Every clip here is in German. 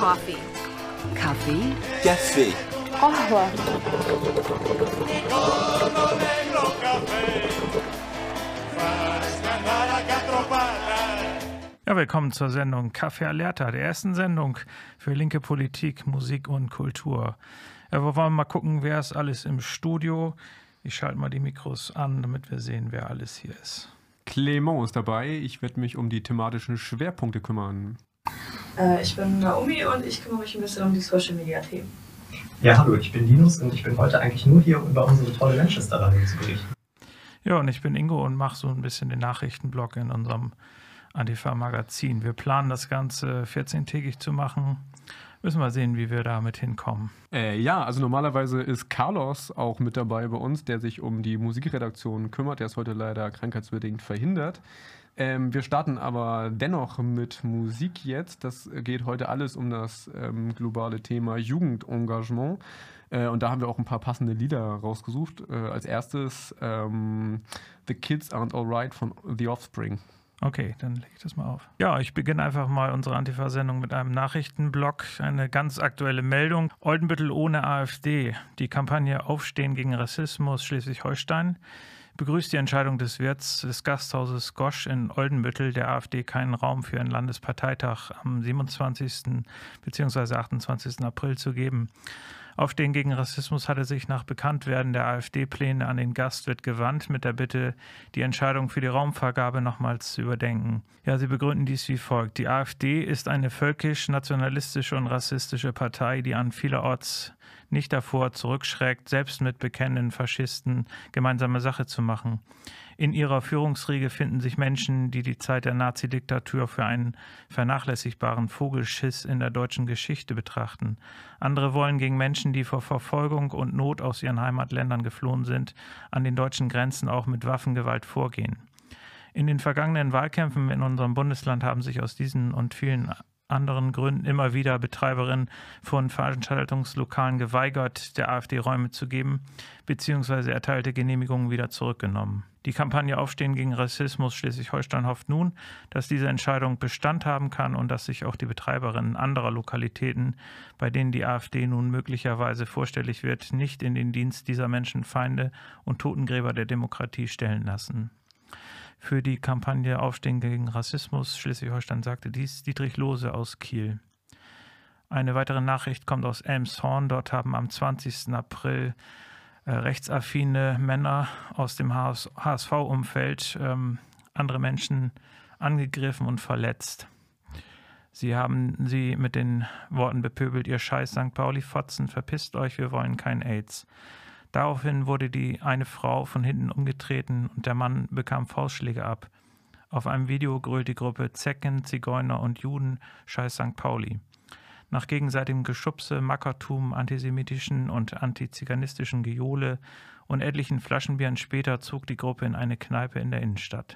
Coffee. Kaffee? Café. قهوة. Ja, willkommen zur Sendung Café Alerta, der ersten Sendung für linke Politik, Musik und Kultur. Ja, wir wollen mal gucken, wer ist alles im Studio. Ich schalte mal die Mikros an, damit wir sehen, wer alles hier ist. Clément ist dabei. Ich werde mich um die thematischen Schwerpunkte kümmern. Ich bin Naomi und ich kümmere mich ein bisschen um die Social-Media-Themen. Ja, hallo, ich bin Linus und ich bin heute eigentlich nur hier, um über unsere tolle Manchester-Reihe zu berichten. Ja, und ich bin Ingo und mache so ein bisschen den Nachrichtenblog in unserem Antifa-Magazin. Wir planen das Ganze 14-tägig zu machen. Müssen wir sehen, wie wir damit hinkommen. Ja, also normalerweise ist Carlos auch mit dabei bei uns, der sich um die Musikredaktion kümmert. Der ist heute leider krankheitsbedingt verhindert. Wir starten aber dennoch mit Musik jetzt. Das geht heute alles um das globale Thema Jugendengagement. Und da haben wir auch ein paar passende Lieder rausgesucht. Als erstes The Kids Aren't Alright von The Offspring. Okay, dann lege ich das mal auf. Ja, ich beginne einfach mal unsere Antifa-Sendung mit einem Nachrichtenblock. Eine ganz aktuelle Meldung. Oldenbüttel ohne AfD. Die Kampagne Aufstehen gegen Rassismus Schleswig-Holstein begrüßt die Entscheidung des Wirts des Gasthauses Gosch in Oldenbüttel, der AfD keinen Raum für einen Landesparteitag am 27. bzw. 28. April zu geben. Aufstehen gegen Rassismus hatte sich nach Bekanntwerden der AfD-Pläne an den Gastwirt gewandt, mit der Bitte, die Entscheidung für die Raumvergabe nochmals zu überdenken. Ja, sie begründen dies wie folgt. Die AfD ist eine völkisch, nationalistische und rassistische Partei, die an vielerorts nicht davor zurückschreckt, selbst mit bekennenden Faschisten gemeinsame Sache zu machen. In ihrer Führungsriege finden sich Menschen, die die Zeit der Nazi-Diktatur für einen vernachlässigbaren Vogelschiss in der deutschen Geschichte betrachten. Andere wollen gegen Menschen, die vor Verfolgung und Not aus ihren Heimatländern geflohen sind, an den deutschen Grenzen auch mit Waffengewalt vorgehen. In den vergangenen Wahlkämpfen in unserem Bundesland haben sich aus diesen und vielen anderen Gründen immer wieder Betreiberinnen von Veranstaltungslokalen geweigert, der AfD Räume zu geben, beziehungsweise erteilte Genehmigungen wieder zurückgenommen. Die Kampagne Aufstehen gegen Rassismus Schleswig-Holstein hofft nun, dass diese Entscheidung Bestand haben kann und dass sich auch die Betreiberinnen anderer Lokalitäten, bei denen die AfD nun möglicherweise vorstellig wird, nicht in den Dienst dieser Menschenfeinde und Totengräber der Demokratie stellen lassen. Für die Kampagne Aufstehen gegen Rassismus Schleswig-Holstein sagte dies Dietrich Lohse aus Kiel. Eine weitere Nachricht kommt aus Elmshorn. Dort haben am 20. April rechtsaffine Männer aus dem HSV-Umfeld andere Menschen angegriffen und verletzt. Sie haben sie mit den Worten bepöbelt: Ihr scheiß St. Pauli-Fotzen, verpisst euch, wir wollen kein AIDS. Daraufhin wurde die eine Frau von hinten umgetreten und der Mann bekam Faustschläge ab. Auf einem Video grölt die Gruppe Zecken, Zigeuner und Juden, scheiß St. Pauli. Nach gegenseitigem Geschubse, Mackertum, antisemitischen und antiziganistischen Gejohle und etlichen Flaschenbieren später zog die Gruppe in eine Kneipe in der Innenstadt.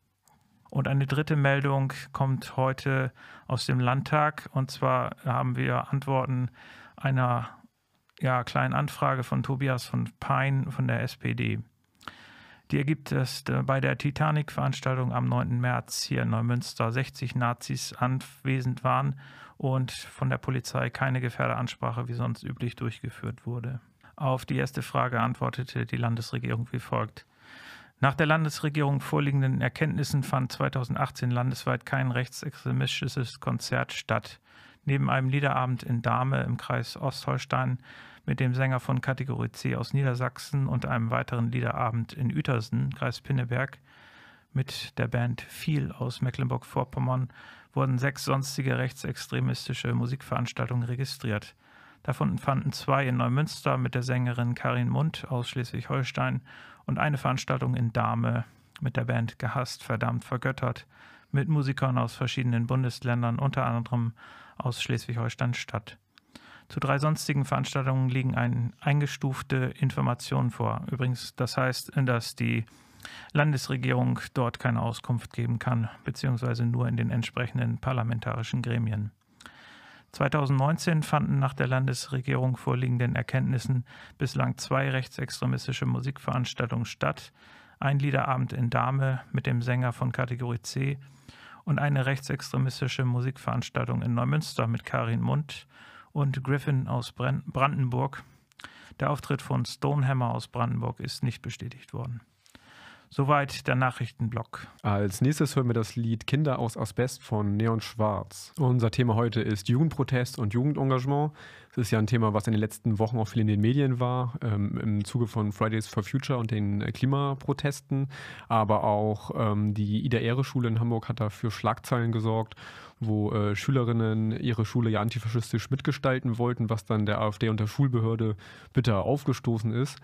Und eine dritte Meldung kommt heute aus dem Landtag. Und zwar haben wir Antworten einer kleinen Anfrage von Tobias von Pein von der SPD. Die ergibt, dass bei der Titanic-Veranstaltung am 9. März hier in Neumünster 60 Nazis anwesend waren und von der Polizei keine Gefährderansprache wie sonst üblich durchgeführt wurde. Auf die erste Frage antwortete die Landesregierung wie folgt. Nach der Landesregierung vorliegenden Erkenntnissen fand 2018 landesweit kein rechtsextremistisches Konzert statt. Neben einem Liederabend in Dahme im Kreis Ostholstein mit dem Sänger von Kategorie C aus Niedersachsen und einem weiteren Liederabend in Uetersen, Kreis Pinneberg, mit der Band Viel aus Mecklenburg-Vorpommern wurden 6 sonstige rechtsextremistische Musikveranstaltungen registriert. Davon fanden 2 in Neumünster mit der Sängerin Karin Mund aus Schleswig-Holstein und eine Veranstaltung in Dahme mit der Band Gehasst, Verdammt, Vergöttert mit Musikern aus verschiedenen Bundesländern, unter anderem aus Schleswig-Holstein statt. Zu 3 sonstigen Veranstaltungen liegen eingestufte Informationen vor. Übrigens, das heißt, dass die Landesregierung dort keine Auskunft geben kann, beziehungsweise nur in den entsprechenden parlamentarischen Gremien. 2019 fanden nach der Landesregierung vorliegenden Erkenntnissen bislang 2 rechtsextremistische Musikveranstaltungen statt. Ein Liederabend in Dahme mit dem Sänger von Kategorie C und eine rechtsextremistische Musikveranstaltung in Neumünster mit Karin Mund und Griffin aus Brandenburg. Der Auftritt von Stonehammer aus Brandenburg ist nicht bestätigt worden. Soweit der Nachrichtenblock. Als nächstes hören wir das Lied Kinder aus Asbest von Neon Schwarz. Unser Thema heute ist Jugendprotest und Jugendengagement. Das ist ja ein Thema, was in den letzten Wochen auch viel in den Medien war, im Zuge von Fridays for Future und den Klimaprotesten. Aber auch die Ida-Ehre-Schule in Hamburg hat dafür Schlagzeilen gesorgt, wo Schülerinnen ihre Schule ja antifaschistisch mitgestalten wollten, was dann der AfD und der Schulbehörde bitter aufgestoßen ist.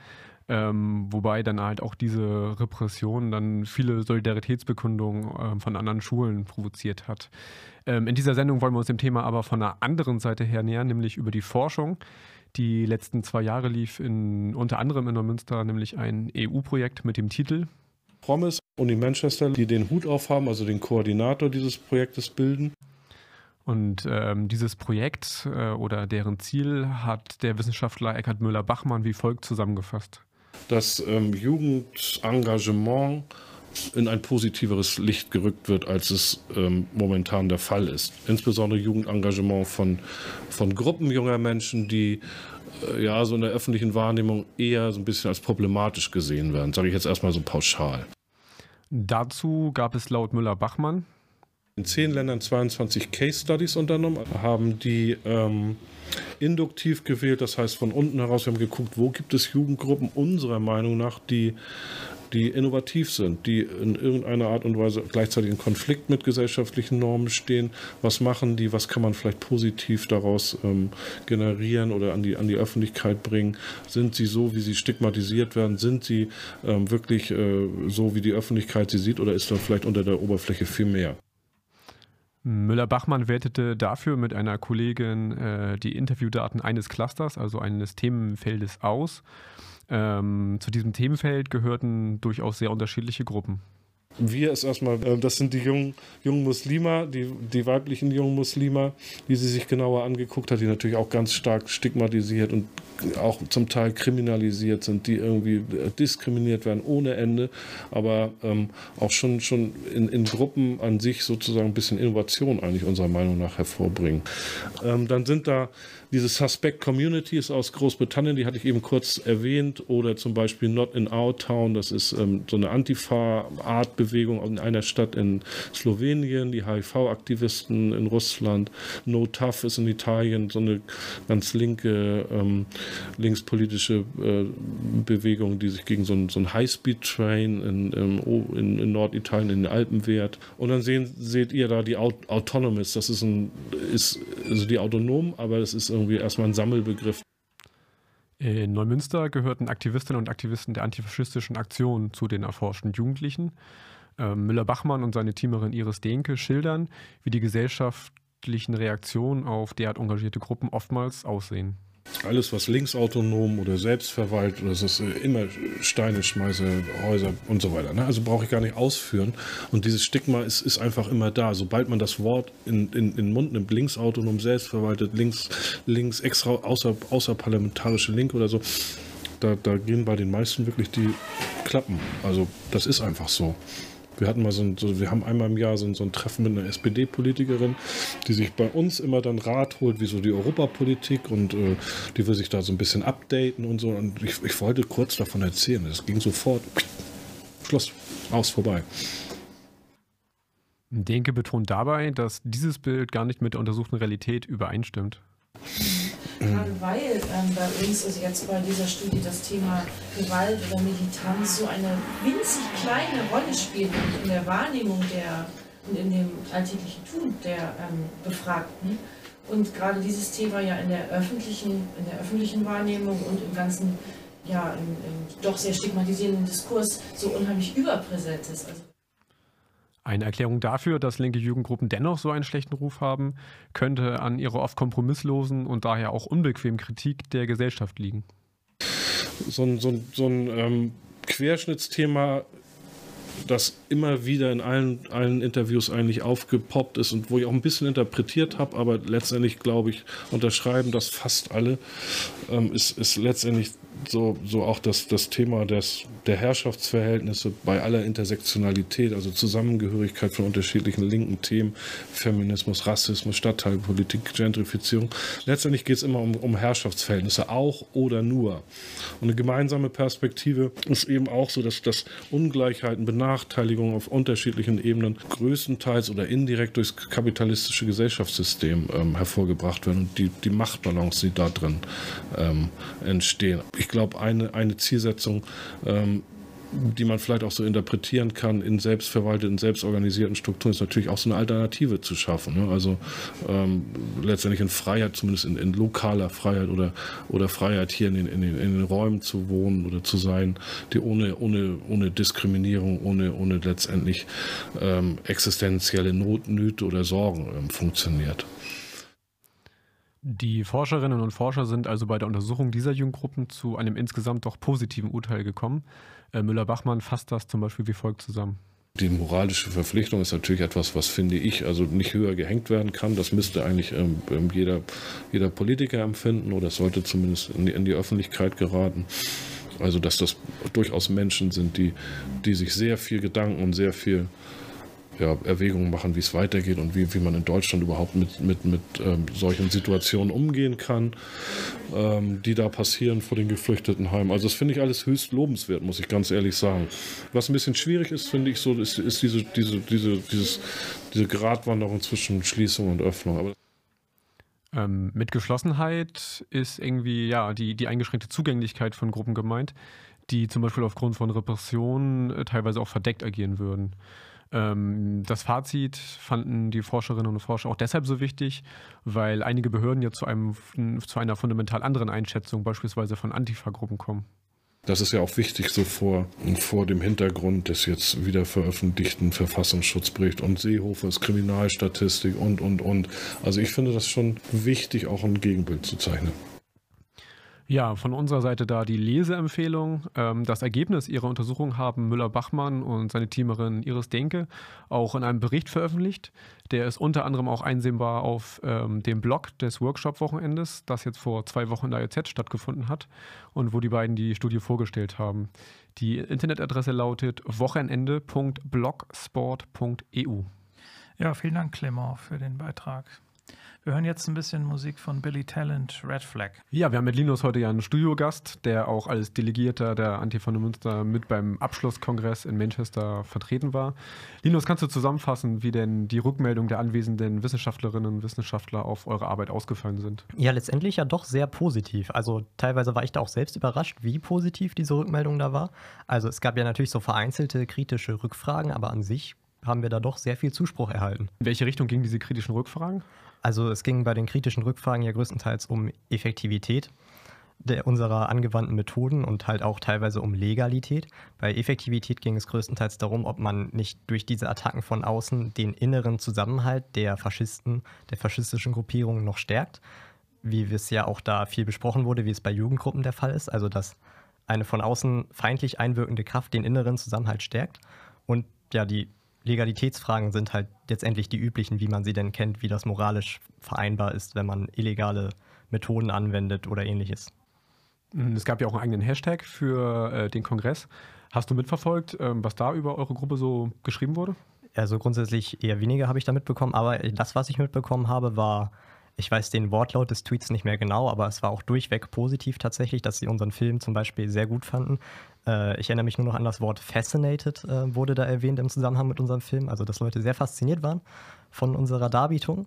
Wobei dann halt auch diese Repression dann viele Solidaritätsbekundungen von anderen Schulen provoziert hat. In dieser Sendung wollen wir uns dem Thema aber von einer anderen Seite her nähern, nämlich über die Forschung. Die letzten 2 Jahre lief unter anderem in Neumünster nämlich ein EU-Projekt mit dem Titel Promise, Uni Manchester, die den Hut aufhaben, also den Koordinator dieses Projektes bilden. Und dieses Projekt oder deren Ziel hat der Wissenschaftler Eckhard Müller-Bachmann wie folgt zusammengefasst. Dass Jugendengagement in ein positiveres Licht gerückt wird, als es momentan der Fall ist. Insbesondere Jugendengagement von Gruppen junger Menschen, die ja so in der öffentlichen Wahrnehmung eher so ein bisschen als problematisch gesehen werden. Sage ich jetzt erstmal so pauschal. Dazu gab es laut Müller-Bachmann in 10 Ländern 22 Case Studies unternommen, haben die induktiv gewählt, das heißt von unten heraus, wir haben geguckt, wo gibt es Jugendgruppen unserer Meinung nach, die innovativ sind, die in irgendeiner Art und Weise gleichzeitig in Konflikt mit gesellschaftlichen Normen stehen. Was machen die, was kann man vielleicht positiv daraus generieren oder an die Öffentlichkeit bringen? Sind sie so, wie sie stigmatisiert werden? Sind sie wirklich so, wie die Öffentlichkeit sie sieht, oder ist da vielleicht unter der Oberfläche viel mehr? Müller-Bachmann wertete dafür mit einer Kollegin die Interviewdaten eines Clusters, also eines Themenfeldes aus. Zu diesem Themenfeld gehörten durchaus sehr unterschiedliche Gruppen. Wir ist erstmal, das sind die jungen Muslime, die weiblichen jungen Muslime, die sie sich genauer angeguckt hat, die natürlich auch ganz stark stigmatisiert und auch zum Teil kriminalisiert sind, die irgendwie diskriminiert werden ohne Ende, aber auch schon in Gruppen an sich sozusagen ein bisschen Innovation eigentlich unserer Meinung nach hervorbringen. Dann sind da diese Suspect Communities aus Großbritannien, die hatte ich eben kurz erwähnt, oder zum Beispiel Not in Our Town, das ist so eine Antifa-Art-Bewegung in einer Stadt in Slowenien, die HIV-Aktivisten in Russland, No Tough ist in Italien, so eine ganz linke, linkspolitische Bewegung, die sich gegen so ein High-Speed-Train in Norditalien in den Alpen wehrt. Und dann seht ihr da die Autonomous, das ist also die Autonomen, aber das ist irgendwie erstmal ein Sammelbegriff. In Neumünster gehörten Aktivistinnen und Aktivisten der antifaschistischen Aktion zu den erforschten Jugendlichen. Müller-Bachmann und seine Teamerin Iris Dehnke schildern, wie die gesellschaftlichen Reaktionen auf derart engagierte Gruppen oftmals aussehen. Alles, was linksautonom oder selbstverwaltet, das ist immer Steine, Schmeiße, Häuser und so weiter. Ne? Also brauche ich gar nicht ausführen. Und dieses Stigma ist einfach immer da. Sobald man das Wort in den Mund nimmt, linksautonom, selbstverwaltet, links extra außerparlamentarische Linke oder so, da gehen bei den meisten wirklich die Klappen. Also das ist einfach so. Wir haben einmal im Jahr so ein Treffen mit einer SPD-Politikerin, die sich bei uns immer dann Rat holt, wie so die Europapolitik, und die will sich da so ein bisschen updaten und so. Und ich wollte kurz davon erzählen. Es ging sofort. Schluss. Vorbei. Dehnke betont dabei, dass dieses Bild gar nicht mit der untersuchten Realität übereinstimmt. Gerade weil bei uns, also jetzt bei dieser Studie, das Thema Gewalt oder Militanz so eine winzig kleine Rolle spielt in der Wahrnehmung und in dem alltäglichen Tun der Befragten. Und gerade dieses Thema ja in der öffentlichen Wahrnehmung und im ganzen, ja, im doch sehr stigmatisierenden Diskurs so unheimlich überpräsent ist. Also eine Erklärung dafür, dass linke Jugendgruppen dennoch so einen schlechten Ruf haben, könnte an ihrer oft kompromisslosen und daher auch unbequemen Kritik der Gesellschaft liegen. So ein Querschnittsthema, das immer wieder in allen Interviews eigentlich aufgepoppt ist und wo ich auch ein bisschen interpretiert habe, aber letztendlich, glaube ich, unterschreiben das fast alle, ist letztendlich so auch das Thema der Herrschaftsverhältnisse bei aller Intersektionalität, also Zusammengehörigkeit von unterschiedlichen linken Themen, Feminismus, Rassismus, Stadtteilpolitik, Gentrifizierung. Letztendlich geht es immer um Herrschaftsverhältnisse, auch oder nur. Und eine gemeinsame Perspektive ist eben auch so, dass Ungleichheiten, Benachteiligungen auf unterschiedlichen Ebenen größtenteils oder indirekt durchs kapitalistische Gesellschaftssystem hervorgebracht werden und die Machtbalance, die da drin entstehen. Ich glaube, eine Zielsetzung, die man vielleicht auch so interpretieren kann in selbstverwalteten, selbstorganisierten Strukturen, ist natürlich auch so eine Alternative zu schaffen. Ne? Also letztendlich in Freiheit, zumindest in lokaler Freiheit oder Freiheit hier in den Räumen zu wohnen oder zu sein, die ohne Diskriminierung, ohne letztendlich existenzielle Nöte oder Sorgen funktioniert. Die Forscherinnen und Forscher sind also bei der Untersuchung dieser Jugendgruppen zu einem insgesamt doch positiven Urteil gekommen. Müller-Bachmann fasst das zum Beispiel wie folgt zusammen. Die moralische Verpflichtung ist natürlich etwas, was, finde ich, also nicht höher gehängt werden kann. Das müsste eigentlich jeder Politiker empfinden oder es sollte zumindest in die Öffentlichkeit geraten. Also dass das durchaus Menschen sind, die sich sehr viel Gedanken und sehr viel Erwägungen machen, wie es weitergeht und wie man in Deutschland überhaupt mit solchen Situationen umgehen kann, die da passieren vor den Geflüchtetenheimen. Also das finde ich alles höchst lobenswert, muss ich ganz ehrlich sagen. Was ein bisschen schwierig ist, finde ich so, ist diese Gratwanderung zwischen Schließung und Öffnung. Aber mit Geschlossenheit ist irgendwie die eingeschränkte Zugänglichkeit von Gruppen gemeint, die zum Beispiel aufgrund von Repressionen teilweise auch verdeckt agieren würden. Das Fazit fanden die Forscherinnen und Forscher auch deshalb so wichtig, weil einige Behörden ja zu einer fundamental anderen Einschätzung beispielsweise von Antifa-Gruppen kommen. Das ist ja auch wichtig, so vor dem Hintergrund des jetzt wieder veröffentlichten Verfassungsschutzberichts und Seehofers Kriminalstatistik und. Also ich finde das schon wichtig, auch ein Gegenbild zu zeichnen. Ja, von unserer Seite da die Leseempfehlung. Das Ergebnis ihrer Untersuchung haben Müller-Bachmann und seine Teamerin Iris Denke auch in einem Bericht veröffentlicht. Der ist unter anderem auch einsehbar auf dem Blog des Workshop-Wochenendes, das jetzt vor 2 Wochen in der EZ stattgefunden hat und wo die beiden die Studie vorgestellt haben. Die Internetadresse lautet wochenende.blogsport.eu. Ja, vielen Dank, Clement, für den Beitrag. Wir hören jetzt ein bisschen Musik von Billy Talent, Red Flag. Ja, wir haben mit Linus heute ja einen Studiogast, der auch als Delegierter der Antifa Neumünster mit beim Abschlusskongress in Manchester vertreten war. Linus, kannst du zusammenfassen, wie denn die Rückmeldung der anwesenden Wissenschaftlerinnen und Wissenschaftler auf eure Arbeit ausgefallen sind? Ja, letztendlich ja doch sehr positiv. Also teilweise war ich da auch selbst überrascht, wie positiv diese Rückmeldung da war. Also es gab ja natürlich so vereinzelte kritische Rückfragen, aber an sich haben wir da doch sehr viel Zuspruch erhalten. In welche Richtung gingen diese kritischen Rückfragen? Also es ging bei den kritischen Rückfragen ja größtenteils um Effektivität unserer angewandten Methoden und halt auch teilweise um Legalität. Bei Effektivität ging es größtenteils darum, ob man nicht durch diese Attacken von außen den inneren Zusammenhalt der Faschisten, der faschistischen Gruppierungen noch stärkt. Wie es ja auch da viel besprochen wurde, wie es bei Jugendgruppen der Fall ist. Also dass eine von außen feindlich einwirkende Kraft den inneren Zusammenhalt stärkt. Und ja, die Legalitätsfragen sind halt letztendlich die üblichen, wie man sie denn kennt, wie das moralisch vereinbar ist, wenn man illegale Methoden anwendet oder ähnliches. Es gab ja auch einen eigenen Hashtag für den Kongress. Hast du mitverfolgt, was da über eure Gruppe so geschrieben wurde? Also grundsätzlich eher weniger habe ich da mitbekommen, aber das, was ich mitbekommen habe, war, ich weiß den Wortlaut des Tweets nicht mehr genau, aber es war auch durchweg positiv tatsächlich, dass sie unseren Film zum Beispiel sehr gut fanden. Ich erinnere mich nur noch an das Wort Fascinated, wurde da erwähnt im Zusammenhang mit unserem Film. Also, dass Leute sehr fasziniert waren von unserer Darbietung.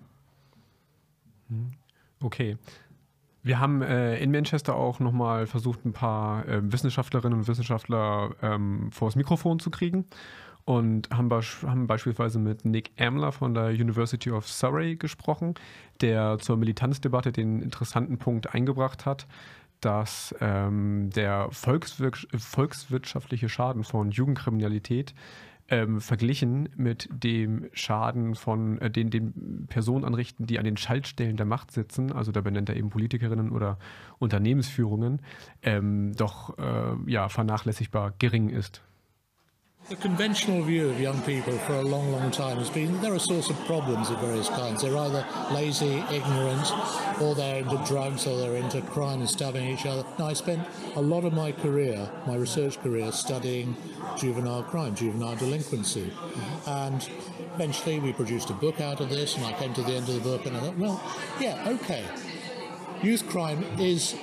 Okay. Wir haben in Manchester auch nochmal versucht, ein paar Wissenschaftlerinnen und Wissenschaftler vors Mikrofon zu kriegen und haben beispielsweise mit Nick Amler von der University of Surrey gesprochen, der zur Militanzdebatte den interessanten Punkt eingebracht hat, dass der volkswirtschaftliche Schaden von Jugendkriminalität verglichen mit dem Schaden von den Personen anrichten, die an den Schaltstellen der Macht sitzen, also da benennt er eben Politikerinnen oder Unternehmensführungen, doch vernachlässigbar gering ist. The conventional view of young people for a long, long time has been they're a source of problems of various kinds. They're either lazy, ignorant, or they're into drugs, or they're into crime and stabbing each other. Now, I spent a lot of my career, my research career, studying juvenile crime, juvenile delinquency. And eventually we produced a book out of this, and I came to the end of the book and I thought, well, yeah, okay. Youth crime is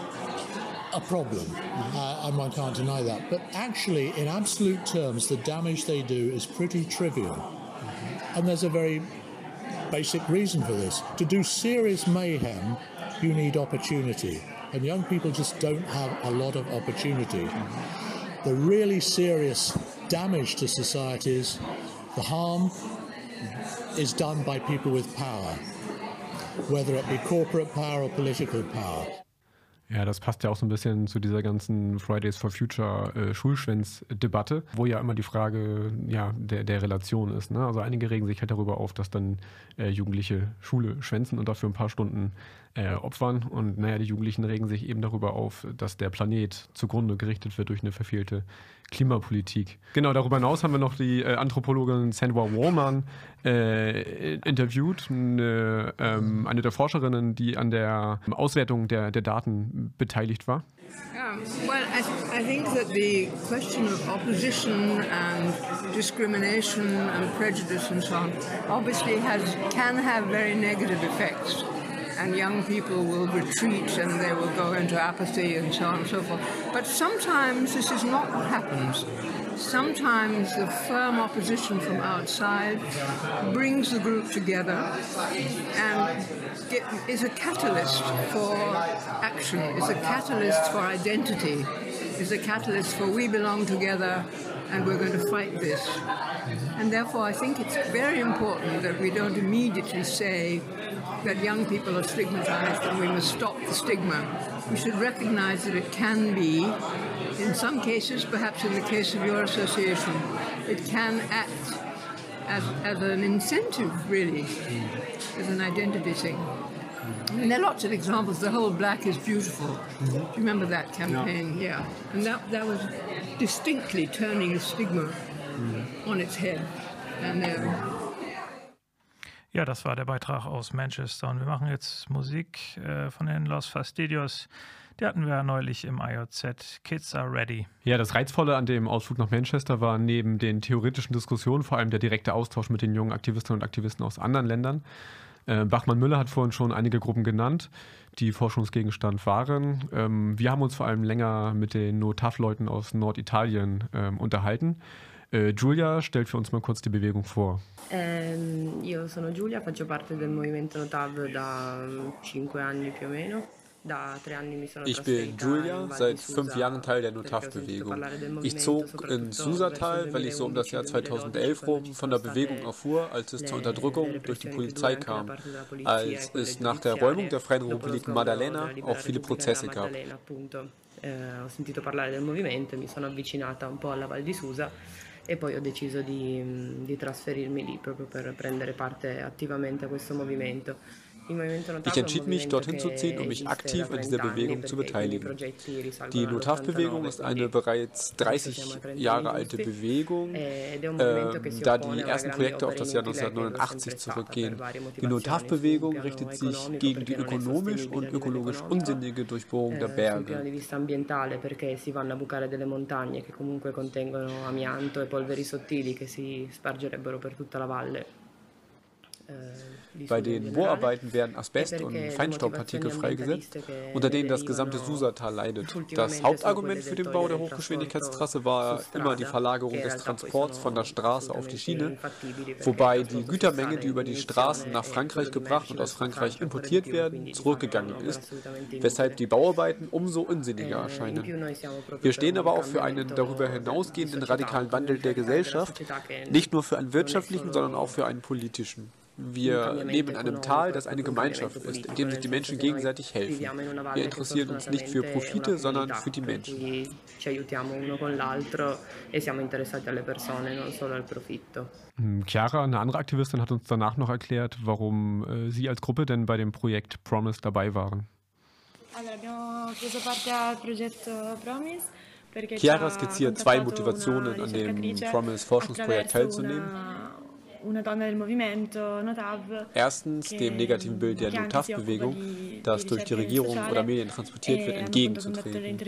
a problem, and one can't deny that. But actually, in absolute terms, the damage they do is pretty trivial. And there's a very basic reason for this. To do serious mayhem, you need opportunity. And young people just don't have a lot of opportunity. The really serious damage to societies, the harm, is done by people with power, whether it be corporate power or political power. Ja, das passt ja auch so ein bisschen zu dieser ganzen Fridays for Future Schulschwänz-Debatte, wo ja immer die Frage der Relation ist. Ne? Also einige regen sich halt darüber auf, dass dann Jugendliche Schule schwänzen und dafür ein paar Stunden opfern. Und naja, die Jugendlichen regen sich eben darüber auf, dass der Planet zugrunde gerichtet wird durch eine verfehlte Klimapolitik. Genau, darüber hinaus haben wir noch die Anthropologin Sandra Warman interviewt, eine der Forscherinnen, die an der Auswertung der Daten beteiligt war. Well, I think that the question of opposition and discrimination and prejudice and so on obviously can have very negative effects. And young people will retreat and they will go into apathy and so on and so forth. But sometimes this is not what happens. Sometimes the firm opposition from outside brings the group together and is a catalyst for action, is a catalyst for identity, is a catalyst for we belong together and we're going to fight this. And therefore I think it's very important that we don't immediately say that young people are stigmatized and we must stop the stigma. We should recognize that it can be, in some cases, perhaps in the case of your association, it can act as an incentive, really, as an identity thing. And there are lots of examples. The whole Black is Beautiful. Do you remember that campaign? Yeah. And that was distinctly turning the stigma on its head. And ja, das war der Beitrag aus Manchester. Und wir machen jetzt Musik von den Los Fastidios. Die hatten wir ja neulich im IOZ. Kids Are Ready. Ja, das Reizvolle an dem Ausflug nach Manchester war neben den theoretischen Diskussionen vor allem der direkte Austausch mit den jungen Aktivistinnen und Aktivisten aus anderen Ländern. Bachmann-Müller hat vorhin schon einige Gruppen genannt, die Forschungsgegenstand waren. Wir haben uns vor allem länger mit den No-TAF-Leuten aus Norditalien unterhalten. Giulia stellt für uns mal kurz die Bewegung vor. Io sono Giulia, faccio parte del movimento No-TAF da 5 anni più o meno. Ich bin Giulia, seit 5 Jahren Teil der No-TAF-Bewegung. Ich zog ins Susatal, weil ich so um das Jahr 2011 rum von der Bewegung erfuhr, als es zur Unterdrückung durch die Polizei kam, als es nach der Räumung der Freien Republik Maddalena auch viele Prozesse gab. Ho sentito parlare del movimento, mi sono avvicinata un po' alla Val di Susa e poi ho deciso di trasferirmi lì proprio per prendere parte attivamente a questo movimento. Ich entschied mich, dorthin zu ziehen, um mich aktiv an dieser Bewegung zu beteiligen. Die No-TAF-Bewegung ist eine bereits 30 Jahre alte Bewegung, da die ersten Projekte auf das Jahr 1989 zurückgehen. Die No-TAF-Bewegung richtet sich gegen die ökonomisch und ökologisch unsinnige Durchbohrung der Berge. Perché si vanno a bucare delle montagne che comunque contengono amianto e polveri sottili che si spargerebbero per tutta la valle. Bei den Bohrarbeiten werden Asbest- und Feinstaubpartikel freigesetzt, unter denen das gesamte Susatal leidet. Das Hauptargument für den Bau der Hochgeschwindigkeitstrasse war immer die Verlagerung des Transports von der Straße auf die Schiene, wobei die Gütermenge, die über die Straßen nach Frankreich gebracht und aus Frankreich importiert werden, zurückgegangen ist, weshalb die Bauarbeiten umso unsinniger erscheinen. Wir stehen aber auch für einen darüber hinausgehenden radikalen Wandel der Gesellschaft, nicht nur für einen wirtschaftlichen, sondern auch für einen politischen. Wir leben in einem Tal, das eine Gemeinschaft ist, in dem sich die Menschen gegenseitig helfen. Wir interessieren uns nicht für Profite, sondern für die Menschen. Chiara, eine andere Aktivistin, hat uns danach noch erklärt, warum Sie als Gruppe denn bei dem Projekt Promise dabei waren. Allora, abbiamo preso parte al progetto Promise Chiara skizziert 2 Motivationen, an dem Promise-Forschungsprojekt teilzunehmen. Erstens dem negativen Bild der NUTAF-Bewegung, das durch die Regierung oder Medien transportiert wird, entgegenzutreten.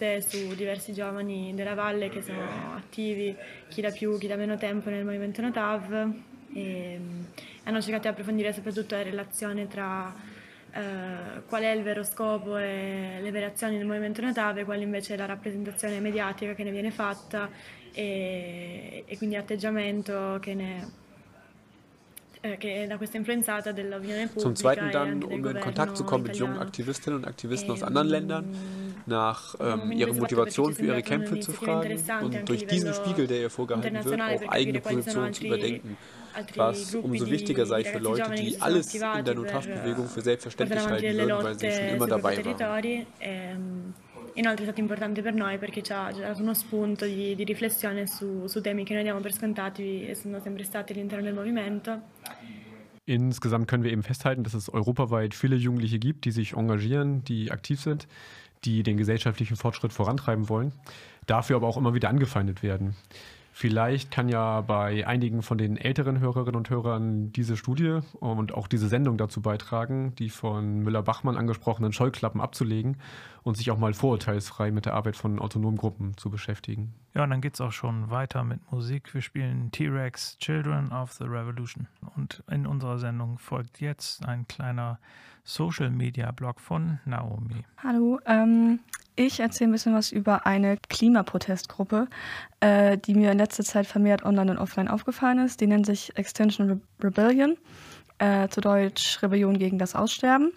Hanno cercato di approfondire soprattutto la relazione tra qual è il vero scopo e le vere azioni del movimento NUTAV e qual invece è la rappresentazione mediatica che ne viene fatta e quindi l'atteggiamento che da questa influenzata dell'opinione pubblica. Zum Zweiten dann, um in Kontakt zu kommen mit jungen Aktivistinnen und Aktivisten aus anderen Ländern, nach ihrer Motivation für ihre Kämpfe zu fragen und durch diesen Spiegel, der ihr vorgehalten wird, auch eigene Positionen zu überdenken, was umso wichtiger sei für Leute, die alles in der NUTAF-Bewegung für selbstverständlich halten würden, weil sie schon immer dabei waren. Inoltre è stato importante per noi perché ci ha dato uno spunto di riflessione su temi che noi diamo per scontati e sono sempre stati all'interno del movimento. Insgesamt können wir eben festhalten, dass es europaweit viele Jugendliche gibt, die sich engagieren, die aktiv sind, die den gesellschaftlichen Fortschritt vorantreiben wollen, dafür aber auch immer wieder angefeindet werden. Vielleicht kann ja bei einigen von den älteren Hörerinnen und Hörern diese Studie und auch diese Sendung dazu beitragen, die von Müller-Bachmann angesprochenen Scheuklappen abzulegen und sich auch mal vorurteilsfrei mit der Arbeit von autonomen Gruppen zu beschäftigen. Ja, und dann geht es auch schon weiter mit Musik. Wir spielen T-Rex, Children of the Revolution. Und in unserer Sendung folgt jetzt ein kleiner Social-Media-Blog von Naomi. Hallo, ich erzähle ein bisschen was über eine Klimaprotestgruppe, die mir in letzter Zeit vermehrt online und offline aufgefallen ist. Die nennt sich Extinction Rebellion, zu Deutsch Rebellion gegen das Aussterben.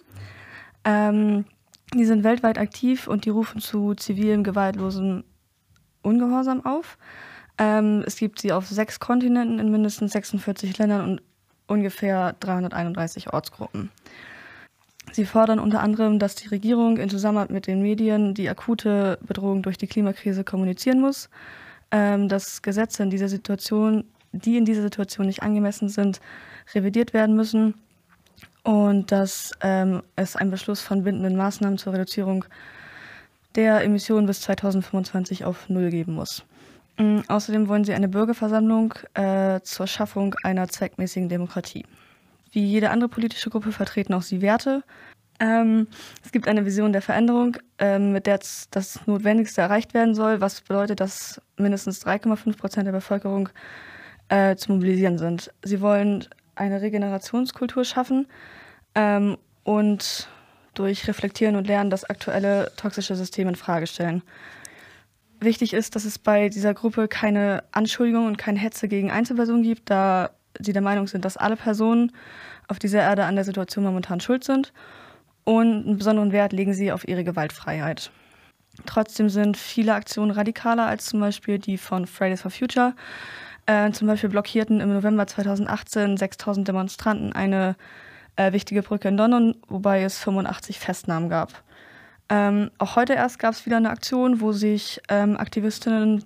Die sind weltweit aktiv und die rufen zu zivilem, gewaltlosem Ungehorsam auf. Es gibt sie auf 6 Kontinenten in mindestens 46 Ländern und ungefähr 331 Ortsgruppen. Sie fordern unter anderem, dass die Regierung in Zusammenarbeit mit den Medien die akute Bedrohung durch die Klimakrise kommunizieren muss, dass Gesetze die in dieser Situation nicht angemessen sind, revidiert werden müssen und dass es einen Beschluss von bindenden Maßnahmen zur Reduzierung der Emissionen bis 2025 auf Null geben muss. Außerdem wollen sie eine Bürgerversammlung zur Schaffung einer zweckmäßigen Demokratie. Wie jede andere politische Gruppe vertreten auch sie Werte. Es gibt eine Vision der Veränderung, mit der das Notwendigste erreicht werden soll, was bedeutet, dass mindestens 3,5% der Bevölkerung zu mobilisieren sind. Sie wollen eine Regenerationskultur schaffen und durch Reflektieren und Lernen das aktuelle toxische System in Frage stellen. Wichtig ist, dass es bei dieser Gruppe keine Anschuldigung und keine Hetze gegen Einzelpersonen gibt, da sie der Meinung sind, dass alle Personen auf dieser Erde an der Situation momentan schuld sind und einen besonderen Wert legen sie auf ihre Gewaltfreiheit. Trotzdem sind viele Aktionen radikaler als zum Beispiel die von Fridays for Future. Zum Beispiel blockierten im November 2018 6.000 Demonstranten eine wichtige Brücke in London, wobei es 85 Festnahmen gab. Auch heute erst gab es wieder eine Aktion, wo sich Aktivistinnen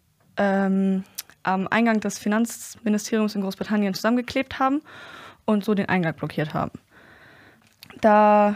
am Eingang des Finanzministeriums in Großbritannien zusammengeklebt haben und so den Eingang blockiert haben. Da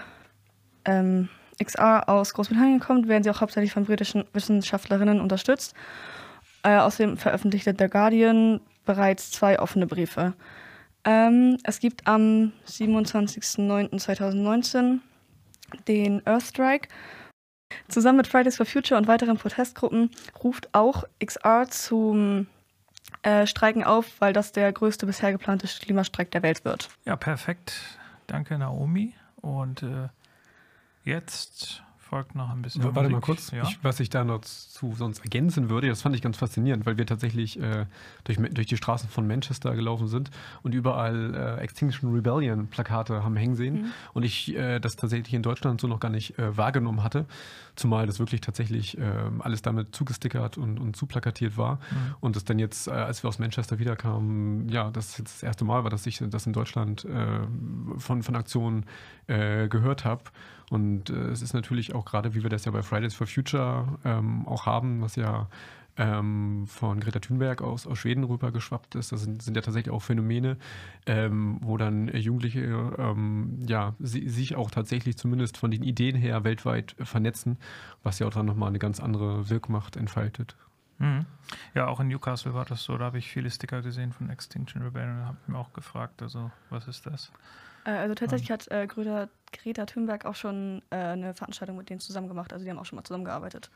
XR aus Großbritannien kommt, werden sie auch hauptsächlich von britischen Wissenschaftlerinnen unterstützt. Außerdem veröffentlichte The Guardian bereits 2 offene Briefe. Es gibt am 27.09.2019 den Earth Strike. Zusammen mit Fridays for Future und weiteren Protestgruppen ruft auch XR zum Streiken auf, weil das der größte bisher geplante Klimastreik der Welt wird. Ja, perfekt. Danke, Naomi. Und jetzt folgt noch ein bisschen Warte Musik. mal kurz, Ja? was ich da noch zu sonst ergänzen würde, das fand ich ganz faszinierend, weil wir tatsächlich durch die Straßen von Manchester gelaufen sind und überall Extinction Rebellion Plakate haben hängen sehen und ich das tatsächlich in Deutschland so noch gar nicht wahrgenommen hatte, zumal das wirklich tatsächlich alles damit zugestickert und zuplakatiert war und das dann jetzt, als wir aus Manchester wiederkamen, ja, das jetzt das erste Mal war, dass ich das in Deutschland von Aktionen gehört habe. Und es ist natürlich auch gerade, wie wir das ja bei Fridays for Future auch haben, was ja von Greta Thunberg aus Schweden rüber geschwappt ist. Das sind ja tatsächlich auch Phänomene, wo dann Jugendliche sich auch tatsächlich zumindest von den Ideen her weltweit vernetzen, was ja auch dann nochmal eine ganz andere Wirkmacht entfaltet. Mhm. Ja, auch in Newcastle war das so, da habe ich viele Sticker gesehen von Extinction Rebellion und habe mich auch gefragt, also was ist das? Also tatsächlich hat Greta Thunberg auch schon eine Veranstaltung mit denen zusammen gemacht, also die haben auch schon mal zusammengearbeitet.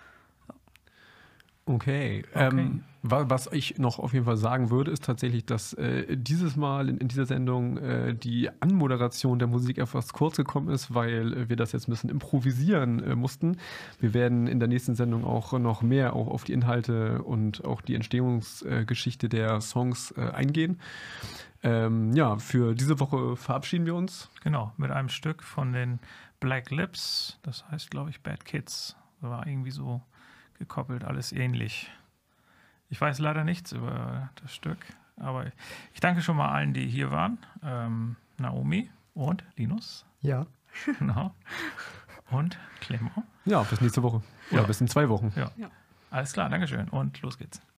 Okay. Was ich noch auf jeden Fall sagen würde, ist tatsächlich, dass dieses Mal in dieser Sendung die Anmoderation der Musik etwas kurz gekommen ist, weil wir das jetzt ein bisschen improvisieren mussten. Wir werden in der nächsten Sendung auch noch mehr auch auf die Inhalte und auch die Entstehungsgeschichte der Songs eingehen. Für diese Woche verabschieden wir uns. Genau, mit einem Stück von den Black Lips, das heißt, glaube ich, Bad Kids. Das war irgendwie so gekoppelt, alles ähnlich. Ich weiß leider nichts über das Stück, aber ich danke schon mal allen, die hier waren. Naomi und Linus. Ja. Genau. Und Clement. Ja, bis nächste Woche. Oder bis in 2 Wochen. Ja. Alles klar, Dankeschön und los geht's.